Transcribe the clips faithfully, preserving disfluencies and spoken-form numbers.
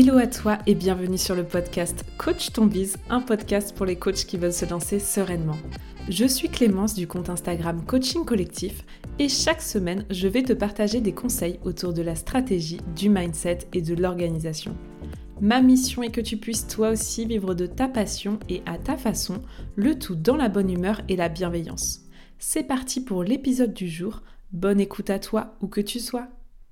Hello à toi et bienvenue sur le podcast Coach ton biz, un podcast pour les coachs qui veulent se lancer sereinement. Je suis Clémence du compte Instagram Coaching Collectif et chaque semaine, je vais te partager des conseils autour de la stratégie, du mindset et de l'organisation. Ma mission est que tu puisses toi aussi vivre de ta passion et à ta façon, le tout dans la bonne humeur et la bienveillance. C'est parti pour l'épisode du jour. Bonne écoute à toi où que tu sois.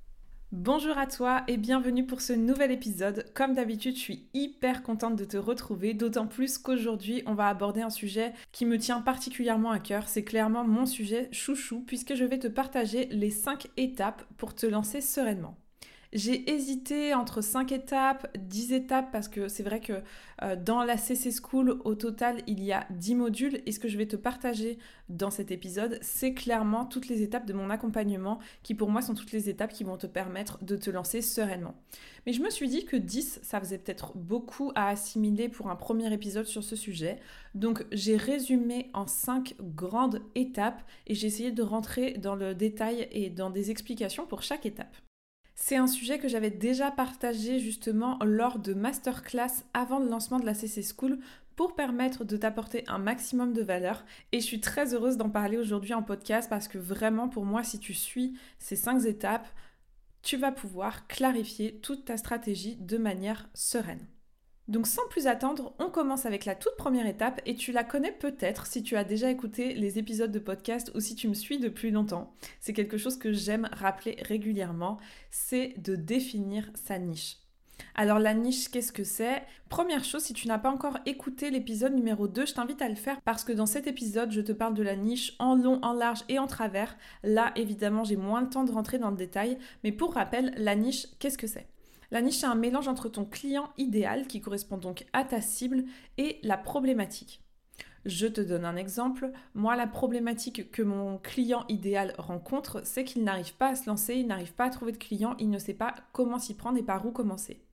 Bonjour à toi et bienvenue pour ce nouvel épisode. Comme d'habitude, je suis hyper contente de te retrouver, d'autant plus qu'aujourd'hui, on va aborder un sujet qui me tient particulièrement à cœur. C'est clairement mon sujet chouchou puisque je vais te partager les cinq étapes pour te lancer sereinement. J'ai hésité entre cinq étapes, dix étapes parce que c'est vrai que euh, dans la C C School, au total, il y a dix modules et ce que je vais te partager dans cet épisode, c'est clairement toutes les étapes de mon accompagnement qui pour moi sont toutes les étapes qui vont te permettre de te lancer sereinement. Mais je me suis dit que dix, ça faisait peut-être beaucoup à assimiler pour un premier épisode sur ce sujet. Donc j'ai résumé en cinq grandes étapes et j'ai essayé de rentrer dans le détail et dans des explications pour chaque étape. C'est un sujet que j'avais déjà partagé justement lors de masterclass avant le lancement de la C C School pour permettre de t'apporter un maximum de valeur et je suis très heureuse d'en parler aujourd'hui en podcast parce que vraiment pour moi si tu suis ces cinq étapes, tu vas pouvoir clarifier toute ta stratégie de manière sereine. Donc sans plus attendre, on commence avec la toute première étape et tu la connais peut-être si tu as déjà écouté les épisodes de podcast ou si tu me suis depuis longtemps. C'est quelque chose que j'aime rappeler régulièrement, c'est de définir sa niche. Alors la niche, qu'est-ce que c'est ? Première chose, si tu n'as pas encore écouté l'épisode numéro deux, je t'invite à le faire parce que dans cet épisode, je te parle de la niche en long, en large et en travers. Là, évidemment, j'ai moins le temps de rentrer dans le détail, mais pour rappel, la niche, qu'est-ce que c'est ? La niche, c'est un mélange entre ton client idéal, qui correspond donc à ta cible, et la problématique. Je te donne un exemple. Moi, la problématique que mon client idéal rencontre, c'est qu'il n'arrive pas à se lancer, il n'arrive pas à trouver de clients, il ne sait pas comment s'y prendre et par où commencer.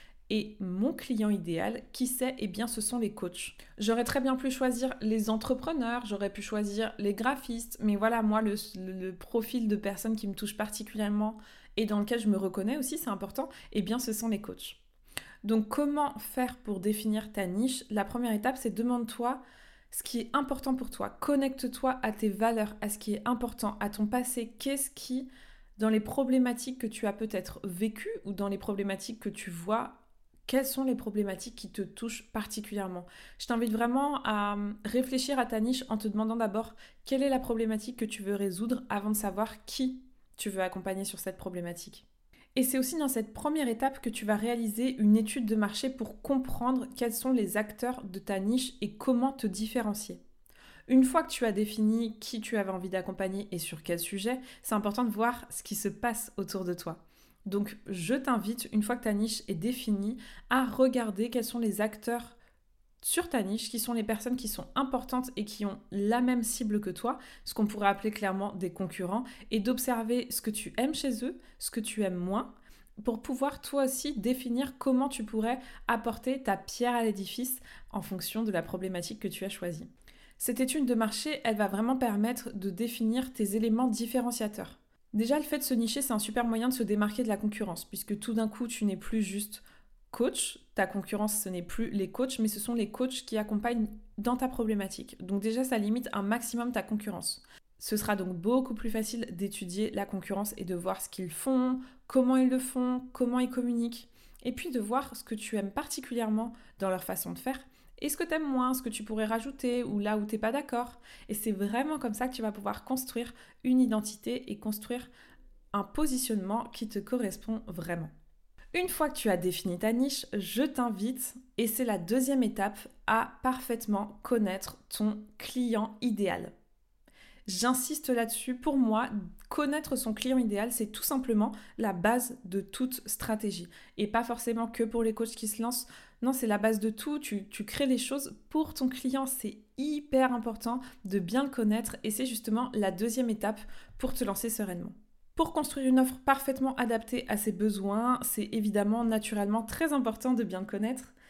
Et mon client idéal, qui sait ? Eh bien, ce sont les coachs. J'aurais très bien pu choisir les entrepreneurs, j'aurais pu choisir les graphistes, mais voilà, moi, le, le, le profil de personne qui me touche particulièrement et dans lequel je me reconnais aussi, c'est important, eh bien, ce sont les coachs. Donc, comment faire pour définir ta niche ? La première étape, c'est demande-toi ce qui est important pour toi. Connecte-toi à tes valeurs, à ce qui est important, à ton passé. Qu'est-ce qui, dans les problématiques que tu as peut-être vécues ou dans les problématiques que tu vois, quelles sont les problématiques qui te touchent particulièrement ? Je t'invite vraiment à réfléchir à ta niche en te demandant d'abord quelle est la problématique que tu veux résoudre avant de savoir qui tu veux accompagner sur cette problématique. Et c'est aussi dans cette première étape que tu vas réaliser une étude de marché pour comprendre quels sont les acteurs de ta niche et comment te différencier. Une fois que tu as défini qui tu avais envie d'accompagner et sur quel sujet, c'est important de voir ce qui se passe autour de toi. Donc, je t'invite, une fois que ta niche est définie, à regarder quels sont les acteurs sur ta niche, qui sont les personnes qui sont importantes et qui ont la même cible que toi, ce qu'on pourrait appeler clairement des concurrents, et d'observer ce que tu aimes chez eux, ce que tu aimes moins, pour pouvoir toi aussi définir comment tu pourrais apporter ta pierre à l'édifice en fonction de la problématique que tu as choisie. Cette étude de marché, elle va vraiment permettre de définir tes éléments différenciateurs. Déjà, le fait de se nicher, c'est un super moyen de se démarquer de la concurrence, puisque tout d'un coup, tu n'es plus juste coach. Ta concurrence, ce n'est plus les coachs, mais ce sont les coachs qui accompagnent dans ta problématique. Donc déjà, ça limite un maximum ta concurrence. Ce sera donc beaucoup plus facile d'étudier la concurrence et de voir ce qu'ils font, comment ils le font, comment ils communiquent, et puis de voir ce que tu aimes particulièrement dans leur façon de faire, et ce que tu aimes moins, ce que tu pourrais rajouter, ou là où tu n'es pas d'accord. Et c'est vraiment comme ça que tu vas pouvoir construire une identité et construire un positionnement qui te correspond vraiment. Une fois que tu as défini ta niche, je t'invite, et c'est la deuxième étape, à parfaitement connaître ton client idéal. J'insiste là-dessus, pour moi, connaître son client idéal, c'est tout simplement la base de toute stratégie. Et pas forcément que pour les coachs qui se lancent, non, c'est la base de tout, tu, tu crées les choses pour ton client, c'est hyper important de bien le connaître et c'est justement la deuxième étape pour te lancer sereinement. Pour construire une offre parfaitement adaptée à ses besoins, c'est évidemment naturellement très important de bien le connaître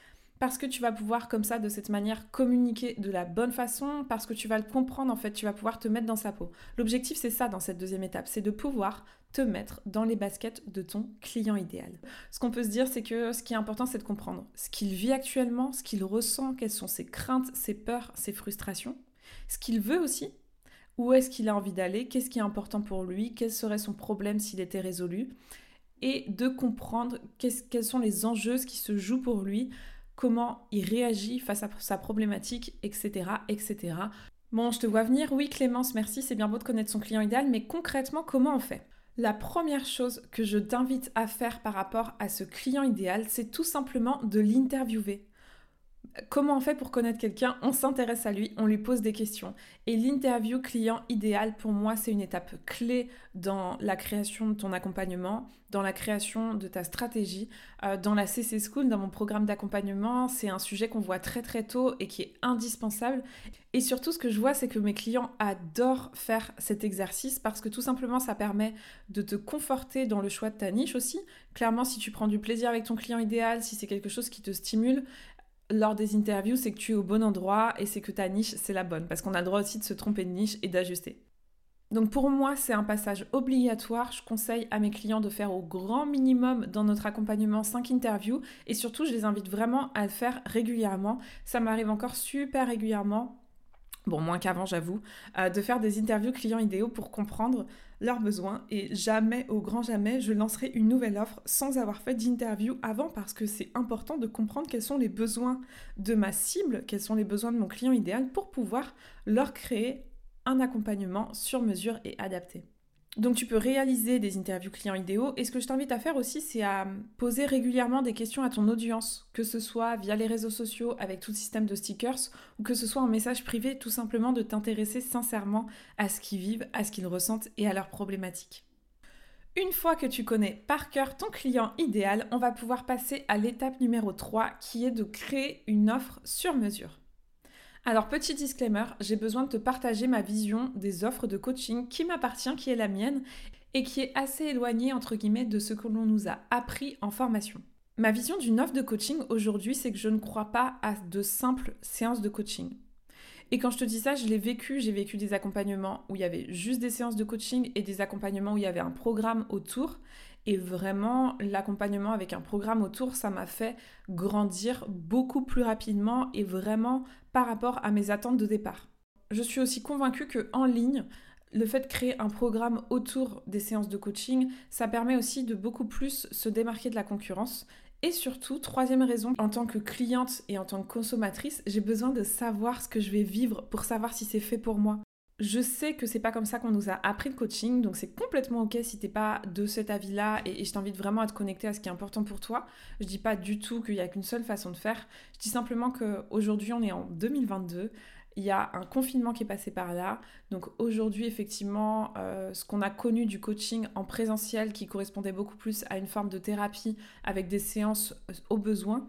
parce que tu vas pouvoir comme ça, de cette manière, communiquer de la bonne façon, parce que tu vas le comprendre en fait, tu vas pouvoir te mettre dans sa peau. L'objectif c'est ça dans cette deuxième étape, c'est de pouvoir te mettre dans les baskets de ton client idéal. Ce qu'on peut se dire, c'est que ce qui est important, c'est de comprendre ce qu'il vit actuellement, ce qu'il ressent, quelles sont ses craintes, ses peurs, ses frustrations, ce qu'il veut aussi, où est-ce qu'il a envie d'aller, qu'est-ce qui est important pour lui, quel serait son problème s'il était résolu, et de comprendre quels sont les enjeux, ce qui se joue pour lui, comment il réagit face à sa problématique, et cetera, et cetera. Bon, je te vois venir. Oui, Clémence, merci, c'est bien beau de connaître son client idéal, mais concrètement, comment on fait ? La première chose que je t'invite à faire par rapport à ce client idéal, c'est tout simplement de l'interviewer. Comment on fait pour connaître quelqu'un ? On s'intéresse à lui, on lui pose des questions. Et l'interview client idéal, pour moi, c'est une étape clé dans la création de ton accompagnement, dans la création de ta stratégie. Euh, dans la C C School, dans mon programme d'accompagnement, c'est un sujet qu'on voit très très tôt et qui est indispensable. Et surtout, ce que je vois, c'est que mes clients adorent faire cet exercice parce que tout simplement, ça permet de te conforter dans le choix de ta niche aussi. Clairement, si tu prends du plaisir avec ton client idéal, si c'est quelque chose qui te stimule, lors des interviews, c'est que tu es au bon endroit et c'est que ta niche, c'est la bonne. Parce qu'on a le droit aussi de se tromper de niche et d'ajuster. Donc pour moi, c'est un passage obligatoire. Je conseille à mes clients de faire au grand minimum dans notre accompagnement cinq interviews. Et surtout, je les invite vraiment à le faire régulièrement. Ça m'arrive encore super régulièrement. Bon, moins qu'avant, j'avoue, euh, de faire des interviews clients idéaux pour comprendre leurs besoins. Et jamais, au grand jamais, je lancerai une nouvelle offre sans avoir fait d'interview avant parce que c'est important de comprendre quels sont les besoins de ma cible, quels sont les besoins de mon client idéal pour pouvoir leur créer un accompagnement sur mesure et adapté. Donc tu peux réaliser des interviews clients idéaux et ce que je t'invite à faire aussi, c'est à poser régulièrement des questions à ton audience, que ce soit via les réseaux sociaux avec tout le système de stickers ou que ce soit en message privé, tout simplement de t'intéresser sincèrement à ce qu'ils vivent, à ce qu'ils ressentent et à leurs problématiques. Une fois que tu connais par cœur ton client idéal, on va pouvoir passer à l'étape numéro trois qui est de créer une offre sur mesure. Alors, petit disclaimer, j'ai besoin de te partager ma vision des offres de coaching qui m'appartient, qui est la mienne, et qui est assez éloignée, entre guillemets, de ce que l'on nous a appris en formation. Ma vision d'une offre de coaching aujourd'hui, c'est que je ne crois pas à de simples séances de coaching. Et quand je te dis ça, je l'ai vécu, j'ai vécu des accompagnements où il y avait juste des séances de coaching et des accompagnements où il y avait un programme autour. Et vraiment, l'accompagnement avec un programme autour, ça m'a fait grandir beaucoup plus rapidement et vraiment par rapport à mes attentes de départ. Je suis aussi convaincue qu'en ligne, le fait de créer un programme autour des séances de coaching, ça permet aussi de beaucoup plus se démarquer de la concurrence. Et surtout, troisième raison, en tant que cliente et en tant que consommatrice, j'ai besoin de savoir ce que je vais vivre pour savoir si c'est fait pour moi. Je sais que c'est pas comme ça qu'on nous a appris le coaching, donc c'est complètement ok si t'es pas de cet avis-là et, et je t'invite vraiment à te connecter à ce qui est important pour toi. Je dis pas du tout qu'il y a qu'une seule façon de faire. Je dis simplement qu'aujourd'hui on est en deux mille vingt-deux, il y a un confinement qui est passé par là. Donc aujourd'hui effectivement, euh, ce qu'on a connu du coaching en présentiel qui correspondait beaucoup plus à une forme de thérapie avec des séances au besoin.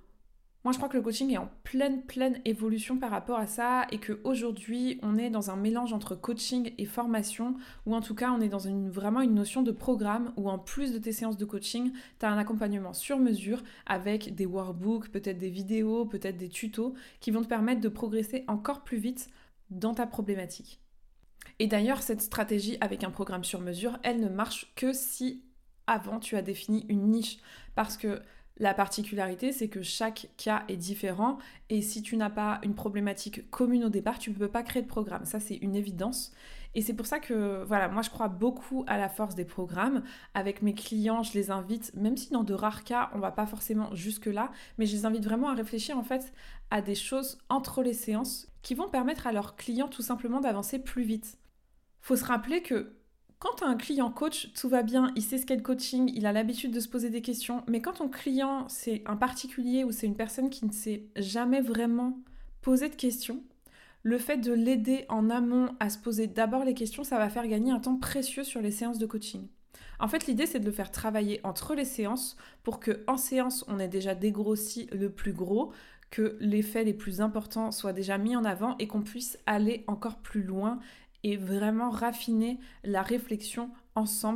Moi, je crois que le coaching est en pleine, pleine évolution par rapport à ça et qu'aujourd'hui, on est dans un mélange entre coaching et formation ou en tout cas, on est dans une, vraiment une notion de programme où en plus de tes séances de coaching, tu as un accompagnement sur mesure avec des workbooks, peut-être des vidéos, peut-être des tutos qui vont te permettre de progresser encore plus vite dans ta problématique. Et d'ailleurs, cette stratégie avec un programme sur mesure, elle ne marche que si avant tu as défini une niche parce que la particularité, c'est que chaque cas est différent et si tu n'as pas une problématique commune au départ, tu ne peux pas créer de programme. Ça, c'est une évidence. Et c'est pour ça que, voilà, moi, je crois beaucoup à la force des programmes. Avec mes clients, je les invite, même si dans de rares cas, on ne va pas forcément jusque-là, mais je les invite vraiment à réfléchir, en fait, à des choses entre les séances qui vont permettre à leurs clients tout simplement d'avancer plus vite. Faut se rappeler que quand tu as un client coach, tout va bien, il sait ce qu'est le coaching, il a l'habitude de se poser des questions, mais quand ton client, c'est un particulier ou c'est une personne qui ne s'est jamais vraiment posé de questions, le fait de l'aider en amont à se poser d'abord les questions, ça va faire gagner un temps précieux sur les séances de coaching. En fait, l'idée, c'est de le faire travailler entre les séances pour qu'en séance, on ait déjà dégrossi le plus gros, que les faits les plus importants soient déjà mis en avant et qu'on puisse aller encore plus loin et vraiment raffiner la réflexion ensemble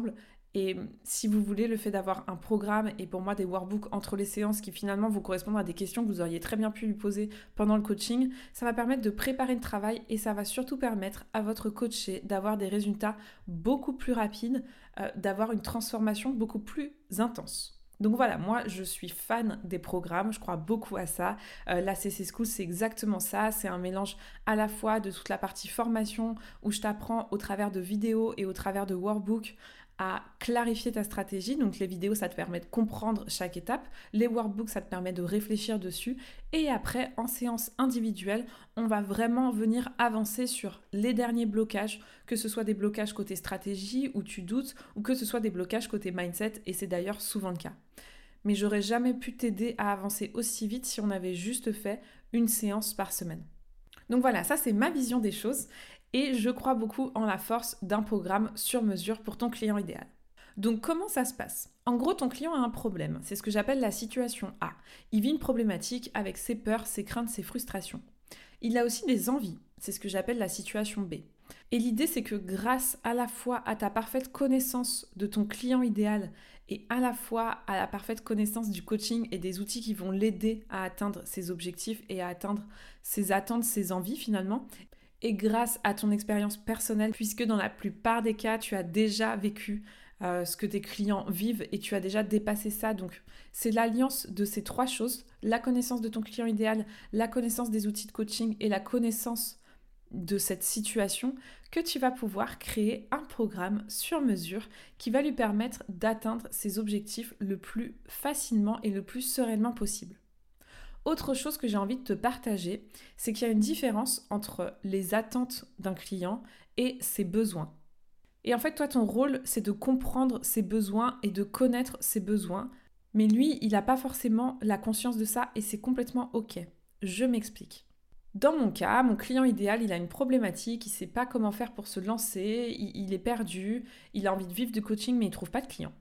Et si vous voulez, le fait d'avoir un programme et pour moi des workbooks entre les séances qui finalement vous correspondent à des questions que vous auriez très bien pu lui poser pendant le coaching, ça va permettre de préparer le travail et ça va surtout permettre à votre coaché d'avoir des résultats beaucoup plus rapides, euh, d'avoir une transformation beaucoup plus intense. Donc voilà, moi je suis fan des programmes, je crois beaucoup à ça. Euh, la C C School, c'est exactement ça, c'est un mélange à la fois de toute la partie formation où je t'apprends au travers de vidéos et au travers de workbooks à clarifier ta stratégie. Donc les vidéos, ça te permet de comprendre chaque étape. Les workbooks, ça te permet de réfléchir dessus. Et après, en séance individuelle, on va vraiment venir avancer sur les derniers blocages, que ce soit des blocages côté stratégie où tu doutes, ou que ce soit des blocages côté mindset, et c'est d'ailleurs souvent le cas. Mais j'aurais jamais pu t'aider à avancer aussi vite si on avait juste fait une séance par semaine. Donc voilà, ça c'est ma vision des choses. Et je crois beaucoup en la force d'un programme sur mesure pour ton client idéal. Donc comment ça se passe ? En gros, ton client a un problème, c'est ce que j'appelle la situation A. Il vit une problématique avec ses peurs, ses craintes, ses frustrations. Il a aussi des envies, c'est ce que j'appelle la situation B. Et l'idée, c'est que grâce à la fois à ta parfaite connaissance de ton client idéal et à la fois à la parfaite connaissance du coaching et des outils qui vont l'aider à atteindre ses objectifs et à atteindre ses attentes, ses envies finalement, et grâce à ton expérience personnelle, puisque dans la plupart des cas, tu as déjà vécu euh, ce que tes clients vivent et tu as déjà dépassé ça. Donc, c'est l'alliance de ces trois choses, la connaissance de ton client idéal, la connaissance des outils de coaching et la connaissance de cette situation que tu vas pouvoir créer un programme sur mesure qui va lui permettre d'atteindre ses objectifs le plus facilement et le plus sereinement possible. Autre chose que j'ai envie de te partager, c'est qu'il y a une différence entre les attentes d'un client et ses besoins. Et en fait, toi, ton rôle, c'est de comprendre ses besoins et de connaître ses besoins. Mais lui, il n'a pas forcément la conscience de ça et c'est complètement OK. Je m'explique. Dans mon cas, mon client idéal, il a une problématique, il ne sait pas comment faire pour se lancer, il, il est perdu, il a envie de vivre du coaching mais il ne trouve pas de clients.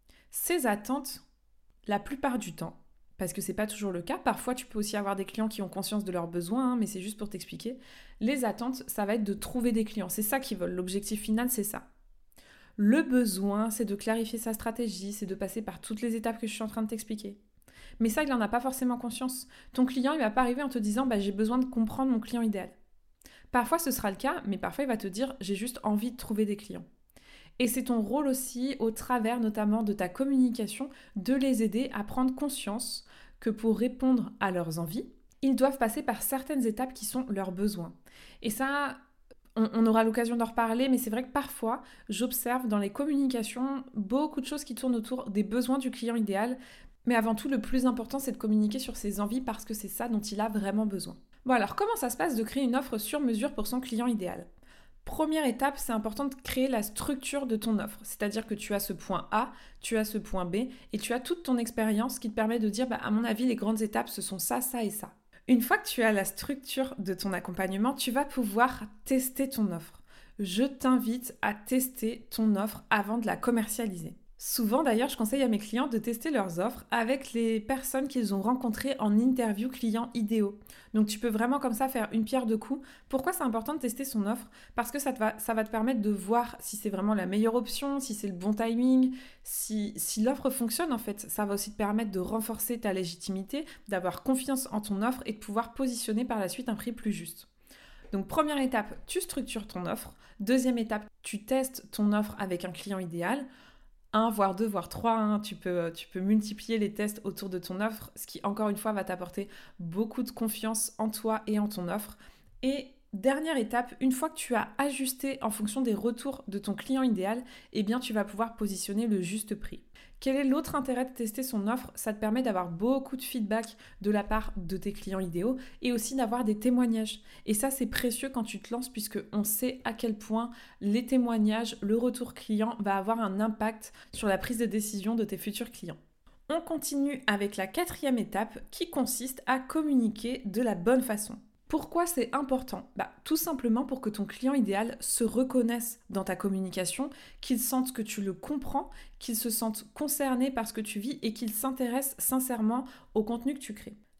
Ses attentes, la plupart du temps, parce que c'est pas toujours le cas. Parfois, tu peux aussi avoir des clients qui ont conscience de leurs besoins, hein, mais c'est juste pour t'expliquer. Les attentes, ça va être de trouver des clients. C'est ça qu'ils veulent. L'objectif final, c'est ça. Le besoin, c'est de clarifier sa stratégie, c'est de passer par toutes les étapes que je suis en train de t'expliquer. Mais ça, il n'en a pas forcément conscience. Ton client, il va pas arriver en te disant bah, « j'ai besoin de comprendre mon client idéal ». Parfois, ce sera le cas, mais parfois, il va te dire « j'ai juste envie de trouver des clients ». Et c'est ton rôle aussi, au travers notamment de ta communication, de les aider à prendre conscience que pour répondre à leurs envies, ils doivent passer par certaines étapes qui sont leurs besoins. Et ça, on, on aura l'occasion d'en reparler, mais c'est vrai que parfois, j'observe dans les communications beaucoup de choses qui tournent autour des besoins du client idéal. Mais avant tout, le plus important, c'est de communiquer sur ses envies parce que c'est ça dont il a vraiment besoin. Bon alors, comment ça se passe de créer une offre sur mesure pour son client idéal ? Première étape, c'est important de créer la structure de ton offre. C'est-à-dire que tu as ce point A, tu as ce point B et tu as toute ton expérience qui te permet de dire bah, à mon avis, les grandes étapes, ce sont ça, ça et ça. Une fois que tu as la structure de ton accompagnement, tu vas pouvoir tester ton offre. Je t'invite à tester ton offre avant de la commercialiser. Souvent d'ailleurs, je conseille à mes clients de tester leurs offres avec les personnes qu'ils ont rencontrées en interview clients idéaux. Donc tu peux vraiment comme ça faire une pierre deux coups. Pourquoi c'est important de tester son offre ? Parce que ça, te va, ça va te permettre de voir si c'est vraiment la meilleure option, si c'est le bon timing, si, si l'offre fonctionne en fait. Ça va aussi te permettre de renforcer ta légitimité, d'avoir confiance en ton offre et de pouvoir positionner par la suite un prix plus juste. Donc première étape, tu structures ton offre. Deuxième étape, tu testes ton offre avec un client idéal. Un, voire deux, voire trois, hein. tu, peux, tu peux multiplier les tests autour de ton offre, ce qui encore une fois va t'apporter beaucoup de confiance en toi et en ton offre. Et dernière étape, une fois que tu as ajusté en fonction des retours de ton client idéal, eh bien tu vas pouvoir positionner le juste prix. Quel est l'autre intérêt de tester son offre ? Ça te permet d'avoir beaucoup de feedback de la part de tes clients idéaux et aussi d'avoir des témoignages. Et ça, c'est précieux quand tu te lances puisqu'on sait à quel point les témoignages, le retour client va avoir un impact sur la prise de décision de tes futurs clients. On continue avec la quatrième étape qui consiste à communiquer de la bonne façon. Pourquoi c'est important ? Bah, tout simplement pour que ton client idéal se reconnaisse dans ta communication, qu'il sente que tu le comprends, qu'il se sente concerné par ce que tu vis et qu'il s'intéresse sincèrement au contenu que tu crées.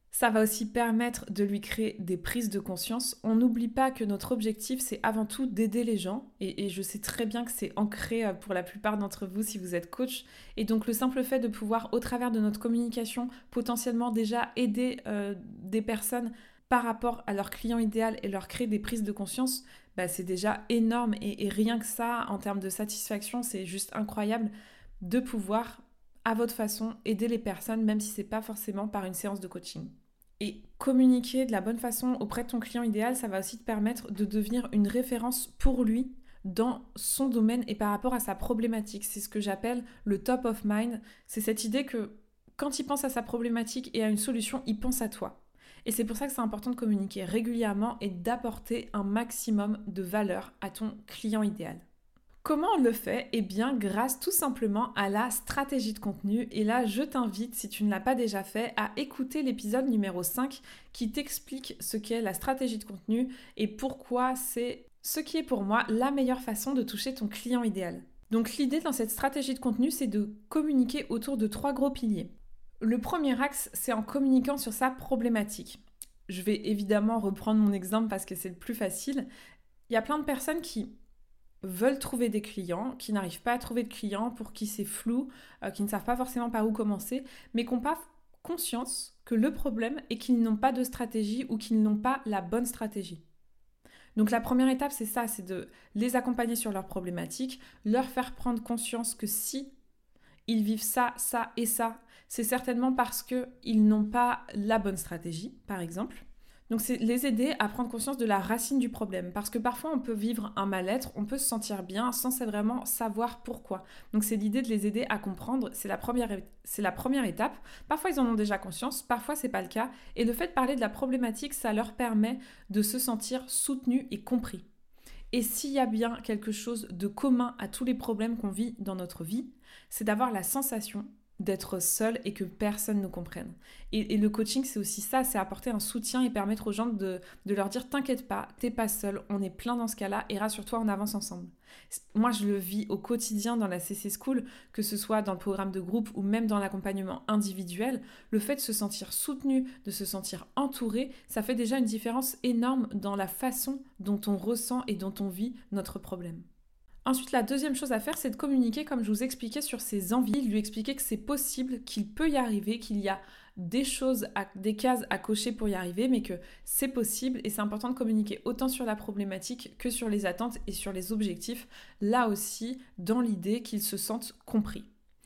Ça va aussi permettre de lui créer des prises de conscience. On n'oublie pas que notre objectif, c'est avant tout d'aider les gens. Et, et je sais très bien que c'est ancré pour la plupart d'entre vous si vous êtes coach. Et donc le simple fait de pouvoir, au travers de notre communication, potentiellement déjà aider euh, des personnes par rapport à leur client idéal et leur créer des prises de conscience, bah, c'est déjà énorme. Et, et rien que ça, en termes de satisfaction, c'est juste incroyable de pouvoir, à votre façon, aider les personnes, même si c'est pas forcément par une séance de coaching. Et communiquer de la bonne façon auprès de ton client idéal, ça va aussi te permettre de devenir une référence pour lui dans son domaine et par rapport à sa problématique. C'est ce que j'appelle le top of mind. C'est cette idée que quand il pense à sa problématique et à une solution, il pense à toi. Et c'est pour ça que c'est important de communiquer régulièrement et d'apporter un maximum de valeur à ton client idéal. Comment on le fait ? Eh bien, grâce tout simplement à la stratégie de contenu. Et là, je t'invite, si tu ne l'as pas déjà fait, à écouter l'épisode numéro cinq qui t'explique ce qu'est la stratégie de contenu et pourquoi c'est ce qui est pour moi la meilleure façon de toucher ton client idéal. Donc l'idée dans cette stratégie de contenu, c'est de communiquer autour de trois gros piliers. Le premier axe, c'est en communiquant sur sa problématique. Je vais évidemment reprendre mon exemple parce que c'est le plus facile. Il y a plein de personnes qui veulent trouver des clients, qui n'arrivent pas à trouver de clients, pour qui c'est flou, euh, qui ne savent pas forcément par où commencer, mais qui n'ont pas conscience que le problème est qu'ils n'ont pas de stratégie ou qu'ils n'ont pas la bonne stratégie. Donc la première étape, c'est ça, c'est de les accompagner sur leurs problématiques, leur faire prendre conscience que si ils vivent ça, ça et ça, c'est certainement parce qu'ils n'ont pas la bonne stratégie, par exemple. Donc c'est les aider à prendre conscience de la racine du problème. Parce que parfois on peut vivre un mal-être, on peut se sentir bien sans vraiment savoir pourquoi. Donc c'est l'idée de les aider à comprendre, c'est la première, c'est la première étape. Parfois ils en ont déjà conscience, parfois c'est pas le cas. Et le fait de parler de la problématique, ça leur permet de se sentir soutenus et compris. Et s'il y a bien quelque chose de commun à tous les problèmes qu'on vit dans notre vie, c'est d'avoir la sensation d'être seul et que personne ne comprenne. Et, et le coaching, c'est aussi ça, c'est apporter un soutien et permettre aux gens de, de leur dire « T'inquiète pas, t'es pas seul, on est plein dans ce cas-là et rassure-toi, on avance ensemble ». Moi, je le vis au quotidien dans la C C School, que ce soit dans le programme de groupe ou même dans l'accompagnement individuel. Le fait de se sentir soutenu, de se sentir entouré, ça fait déjà une différence énorme dans la façon dont on ressent et dont on vit notre problème. Ensuite, la deuxième chose à faire, c'est de communiquer, comme je vous expliquais, sur ses envies, lui expliquer que c'est possible, qu'il peut y arriver, qu'il y a des choses, à, des cases à cocher pour y arriver, mais que c'est possible et c'est important de communiquer autant sur la problématique que sur les attentes et sur les objectifs, là aussi, dans l'idée qu'ils se sentent compris.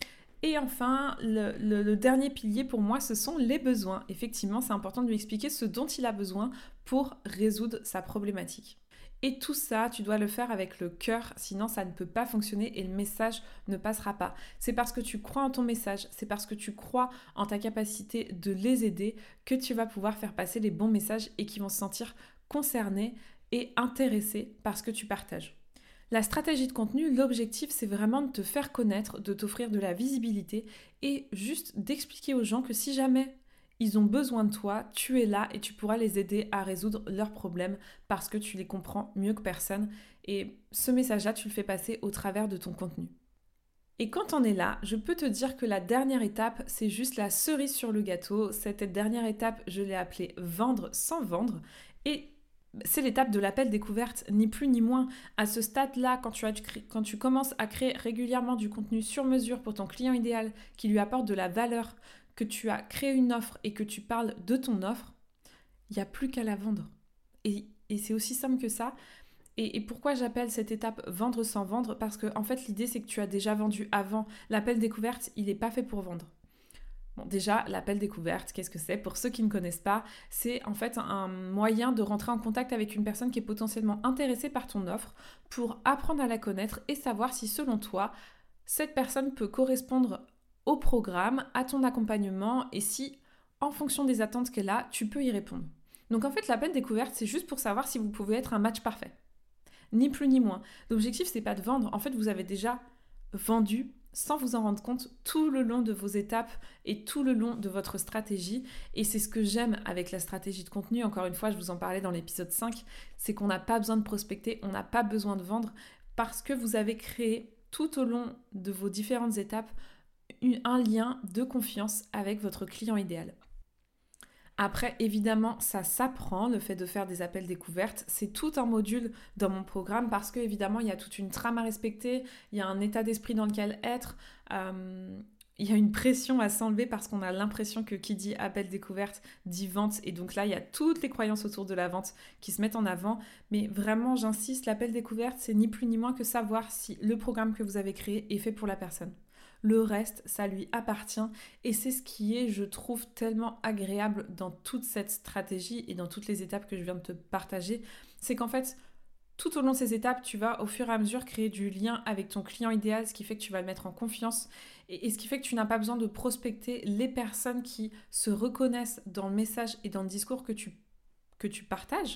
Et enfin, le, le, le dernier pilier pour moi, ce sont les besoins. Effectivement, c'est important de lui expliquer ce dont il a besoin pour résoudre sa problématique. Et tout ça, tu dois le faire avec le cœur, sinon ça ne peut pas fonctionner et le message ne passera pas. C'est parce que tu crois en ton message, c'est parce que tu crois en ta capacité de les aider que tu vas pouvoir faire passer les bons messages et qu'ils vont se sentir concernés et intéressés par ce que tu partages. La stratégie de contenu, l'objectif, c'est vraiment de te faire connaître, de t'offrir de la visibilité et juste d'expliquer aux gens que si jamais ils ont besoin de toi, tu es là et tu pourras les aider à résoudre leurs problèmes parce que tu les comprends mieux que personne. Et ce message-là, tu le fais passer au travers de ton contenu. Et quand on est là, je peux te dire que la dernière étape, c'est juste la cerise sur le gâteau. Cette dernière étape, je l'ai appelée vendre sans vendre. Et c'est l'étape de l'appel découverte, ni plus ni moins. À ce stade-là, quand tu, as, quand tu commences à créer régulièrement du contenu sur mesure pour ton client idéal qui lui apporte de la valeur, que tu as créé une offre et que tu parles de ton offre, il n'y a plus qu'à la vendre. Et, et c'est aussi simple que ça. Et, et pourquoi j'appelle cette étape vendre sans vendre ? Parce que en fait, l'idée, c'est que tu as déjà vendu avant. L'appel découverte, il n'est pas fait pour vendre. Bon, déjà, l'appel découverte, qu'est-ce que c'est ? Pour ceux qui ne connaissent pas, c'est en fait un moyen de rentrer en contact avec une personne qui est potentiellement intéressée par ton offre pour apprendre à la connaître et savoir si, selon toi, cette personne peut correspondre au programme, à ton accompagnement et si, en fonction des attentes qu'elle a, tu peux y répondre. Donc en fait, l'appel découverte, c'est juste pour savoir si vous pouvez être un match parfait. Ni plus ni moins. L'objectif, c'est pas de vendre. En fait, vous avez déjà vendu sans vous en rendre compte tout le long de vos étapes et tout le long de votre stratégie. Et c'est ce que j'aime avec la stratégie de contenu. Encore une fois, je vous en parlais dans l'épisode cinq, c'est qu'on n'a pas besoin de prospecter, on n'a pas besoin de vendre parce que vous avez créé tout au long de vos différentes étapes un lien de confiance avec votre client idéal. Après, évidemment, ça s'apprend, le fait de faire des appels découvertes. C'est tout un module dans mon programme parce que, évidemment, il y a toute une trame à respecter, il y a un état d'esprit dans lequel être, euh, il y a une pression à s'enlever parce qu'on a l'impression que qui dit appel découverte dit vente. Et donc là, il y a toutes les croyances autour de la vente qui se mettent en avant. Mais vraiment, j'insiste, l'appel découverte, c'est ni plus ni moins que savoir si le programme que vous avez créé est fait pour la personne. Le reste, ça lui appartient et c'est ce qui est, je trouve, tellement agréable dans toute cette stratégie et dans toutes les étapes que je viens de te partager. C'est qu'en fait, tout au long de ces étapes, tu vas au fur et à mesure créer du lien avec ton client idéal, ce qui fait que tu vas le mettre en confiance et, et ce qui fait que tu n'as pas besoin de prospecter les personnes qui se reconnaissent dans le message et dans le discours que tu, que tu partages.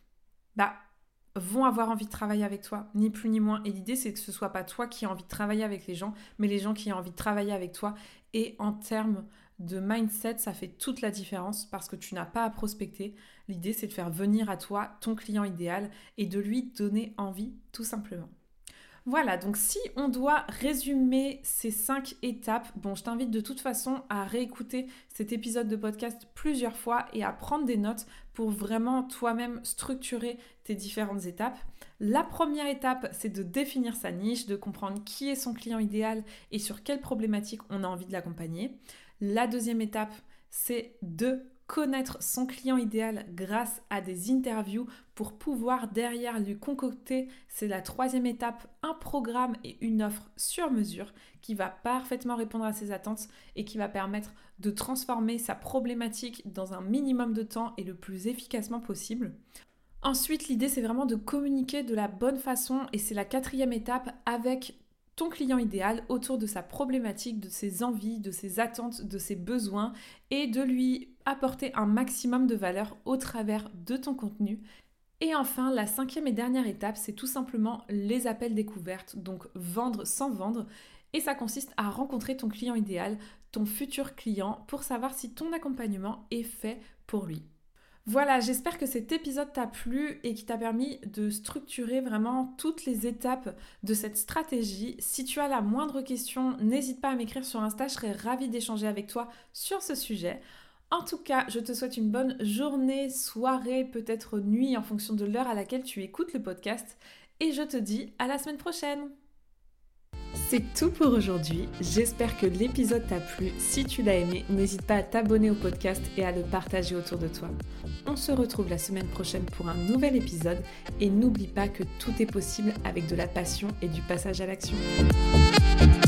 Bah, vont avoir envie de travailler avec toi, ni plus ni moins. Et l'idée, c'est que ce soit pas toi qui as envie de travailler avec les gens, mais les gens qui ont envie de travailler avec toi. Et en termes de mindset, ça fait toute la différence parce que tu n'as pas à prospecter. L'idée, c'est de faire venir à toi ton client idéal et de lui donner envie, tout simplement. Voilà, donc si on doit résumer ces cinq étapes, bon, je t'invite de toute façon à réécouter cet épisode de podcast plusieurs fois et à prendre des notes pour vraiment toi-même structurer tes différentes étapes. La première étape, c'est de définir sa niche, de comprendre qui est son client idéal et sur quelles problématiques on a envie de l'accompagner. La deuxième étape, c'est de connaître son client idéal grâce à des interviews pour pouvoir derrière lui concocter, c'est la troisième étape, un programme et une offre sur mesure qui va parfaitement répondre à ses attentes et qui va permettre de transformer sa problématique dans un minimum de temps et le plus efficacement possible. Ensuite, l'idée, c'est vraiment de communiquer de la bonne façon et c'est la quatrième étape avec ton client idéal autour de sa problématique, de ses envies, de ses attentes, de ses besoins et de lui apporter un maximum de valeur au travers de ton contenu. Et enfin, la cinquième et dernière étape, c'est tout simplement les appels découvertes, donc vendre sans vendre. Et ça consiste à rencontrer ton client idéal, ton futur client, pour savoir si ton accompagnement est fait pour lui. Voilà, j'espère que cet épisode t'a plu et qui t'a permis de structurer vraiment toutes les étapes de cette stratégie. Si tu as la moindre question, n'hésite pas à m'écrire sur Insta, je serai ravie d'échanger avec toi sur ce sujet. En tout cas, je te souhaite une bonne journée, soirée, peut-être nuit en fonction de l'heure à laquelle tu écoutes le podcast et je te dis à la semaine prochaine. C'est tout pour aujourd'hui, j'espère que l'épisode t'a plu. Si tu l'as aimé, n'hésite pas à t'abonner au podcast et à le partager autour de toi. On se retrouve la semaine prochaine pour un nouvel épisode et n'oublie pas que tout est possible avec de la passion et du passage à l'action.